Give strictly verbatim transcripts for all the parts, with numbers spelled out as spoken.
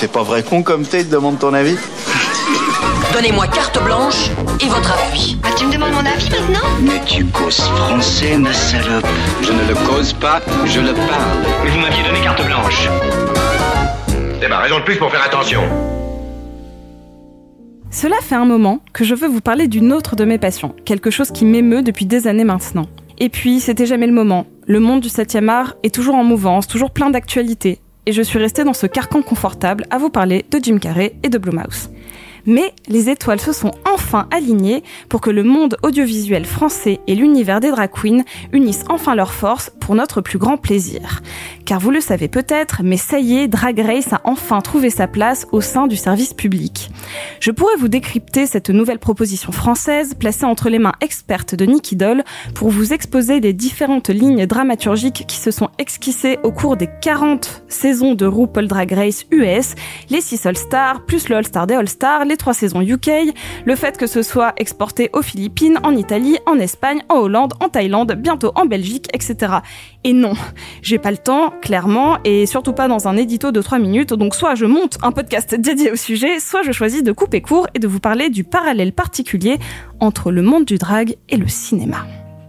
C'est pas vrai con comme t'es, te demande ton avis. Donnez-moi carte blanche et votre appui. Ah, tu me demandes mon avis maintenant ? Mais tu causes français, ma salope. Je ne le cause pas, je le parle. Mais vous m'aviez donné carte blanche. C'est ma raison de plus pour faire attention. Cela fait un moment que je veux vous parler d'une autre de mes passions, quelque chose qui m'émeut depuis des années maintenant. Et puis, c'était jamais le moment. Le monde du septième art est toujours en mouvance, toujours plein d'actualités. Et je suis restée dans ce carcan confortable à vous parler de Jim Carrey et de Blumhouse. Mais les étoiles se sont enfin alignées pour que le monde audiovisuel français et l'univers des drag queens unissent enfin leurs forces pour notre plus grand plaisir. Car vous le savez peut-être, mais ça y est, Drag Race a enfin trouvé sa place au sein du service public. Je pourrais vous décrypter cette nouvelle proposition française placée entre les mains expertes de Nicky Doll pour vous exposer les différentes lignes dramaturgiques qui se sont esquissées au cours des quarante saisons de RuPaul Drag Race U S, les six All-Stars, plus le All-Star des All-Stars, les trois saisons U K, le fait que ce soit exporté aux Philippines, en Italie, en Espagne, en Hollande, en Thaïlande, bientôt en Belgique, et cetera. Et non, j'ai pas le temps, clairement, et surtout pas dans un édito de trois minutes, donc soit je monte un podcast dédié au sujet, soit je choisis de couper court et de vous parler du parallèle particulier entre le monde du drag et le cinéma.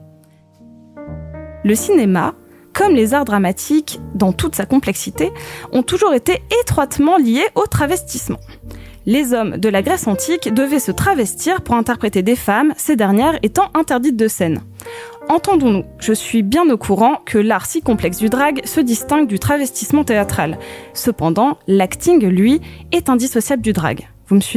Le cinéma, comme les arts dramatiques, dans toute sa complexité, ont toujours été étroitement liés au travestissement. Les hommes de la Grèce antique devaient se travestir pour interpréter des femmes, ces dernières étant interdites de scène. Entendons-nous, je suis bien au courant que l'art si complexe du drag se distingue du travestissement théâtral. Cependant, l'acting, lui, est indissociable du drag. Vous me suivez ?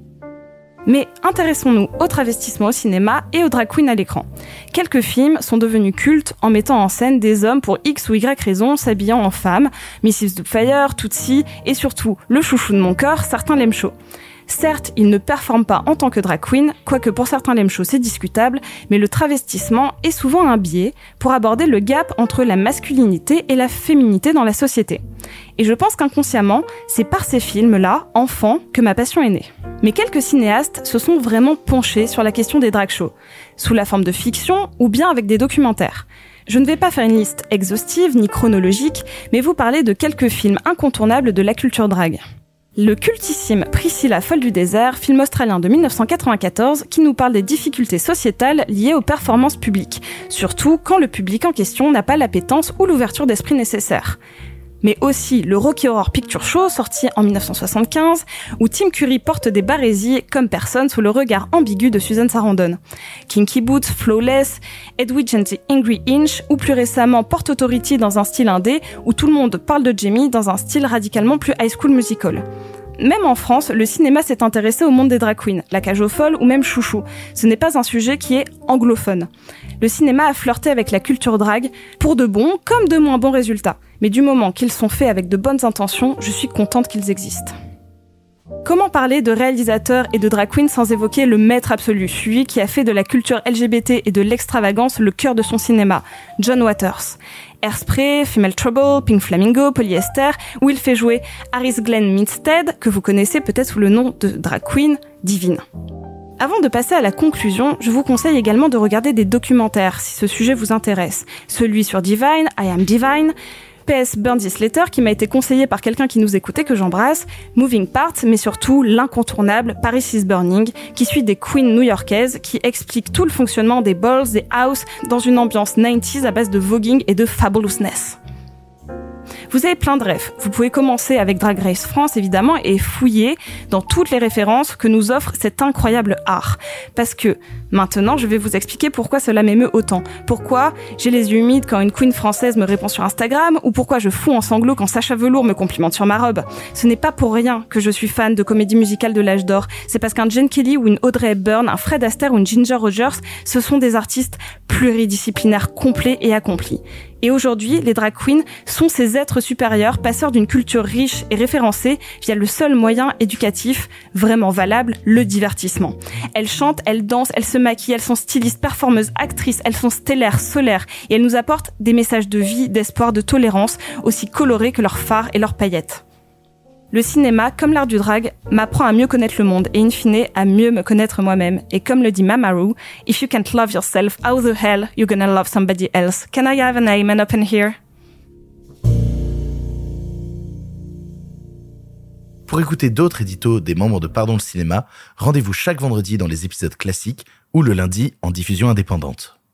Mais intéressons-nous au travestissement au cinéma et aux drag queens à l'écran. Quelques films sont devenus cultes en mettant en scène des hommes pour X ou Y raisons s'habillant en femmes, Missus Doubtfire, Tootsie et surtout le chouchou de mon cœur, certains lame show. Certes, ils ne performent pas en tant que drag queen, quoique pour certains lame show c'est discutable, mais le travestissement est souvent un biais pour aborder le gap entre la masculinité et la féminité dans la société. Et je pense qu'inconsciemment, c'est par ces films-là, enfants, que ma passion est née. Mais quelques cinéastes se sont vraiment penchés sur la question des drag shows, sous la forme de fiction ou bien avec des documentaires. Je ne vais pas faire une liste exhaustive ni chronologique, mais vous parler de quelques films incontournables de la culture drag. Le cultissime Priscilla folle du désert, film australien de dix-neuf cent quatre-vingt-quatorze, qui nous parle des difficultés sociétales liées aux performances publiques, surtout quand le public en question n'a pas l'appétence ou l'ouverture d'esprit nécessaire. Mais aussi le Rocky Horror Picture Show, sorti en dix-neuf cent soixante-quinze, où Tim Curry porte des barésies comme personne sous le regard ambigu de Susan Sarandon. Kinky Boots, Flawless, Edwidge and the Angry Inch, ou plus récemment Port Authority dans un style indé, où tout le monde parle de Jamie dans un style radicalement plus High School Musical. Même en France, le cinéma s'est intéressé au monde des drag queens, La Cage aux folles ou même Chouchou. Ce n'est pas un sujet qui est anglophone. Le cinéma a flirté avec la culture drag pour de bons comme de moins bons résultats. Mais du moment qu'ils sont faits avec de bonnes intentions, je suis contente qu'ils existent. Comment parler de réalisateurs et de drag queens sans évoquer le maître absolu, celui qui a fait de la culture L G B T et de l'extravagance le cœur de son cinéma, John Waters. Hairspray, Female Trouble, Pink Flamingo, Polyester, où il fait jouer Harris Glenn Minstead, que vous connaissez peut-être sous le nom de drag queen Divine. Avant de passer à la conclusion, je vous conseille également de regarder des documentaires si ce sujet vous intéresse. Celui sur Divine, I Am Divine, P S Burn This Letter, qui m'a été conseillé par quelqu'un qui nous écoutait, que j'embrasse, Moving Parts, mais surtout l'incontournable Paris is Burning, qui suit des queens new-yorkaises, qui explique tout le fonctionnement des balls, des house, dans une ambiance quatre-vingt-dix à base de voguing et de fabulousness. Vous avez plein de rêves. Vous pouvez commencer avec Drag Race France, évidemment, et fouiller dans toutes les références que nous offre cet incroyable art. Parce que, maintenant, je vais vous expliquer pourquoi cela m'émeut autant. Pourquoi j'ai les yeux humides quand une queen française me répond sur Instagram, ou pourquoi je fous en sanglots quand Sacha Velour me complimente sur ma robe. Ce n'est pas pour rien que je suis fan de comédie musicale de l'âge d'or. C'est parce qu'un Jane Kelly ou une Audrey Hepburn, un Fred Astaire ou une Ginger Rogers, ce sont des artistes pluridisciplinaires complets et accomplis. Et aujourd'hui, les drag queens sont ces êtres supérieurs, passeurs d'une culture riche et référencée via le seul moyen éducatif vraiment valable, le divertissement. Elles chantent, elles dansent, elles se maquillent, elles sont stylistes, performeuses, actrices, elles sont stellaires, solaires, et elles nous apportent des messages de vie, d'espoir, de tolérance, aussi colorés que leurs phares et leurs paillettes. Le cinéma, comme l'art du drag, m'apprend à mieux connaître le monde et in fine à mieux me connaître moi-même. Et comme le dit Mamaru, if you can't love yourself, how the hell you gonna love somebody else? Can I have an amen up in here? Pour écouter d'autres éditos des membres de Pardon le cinéma, rendez-vous chaque vendredi dans les épisodes classiques ou le lundi en diffusion indépendante.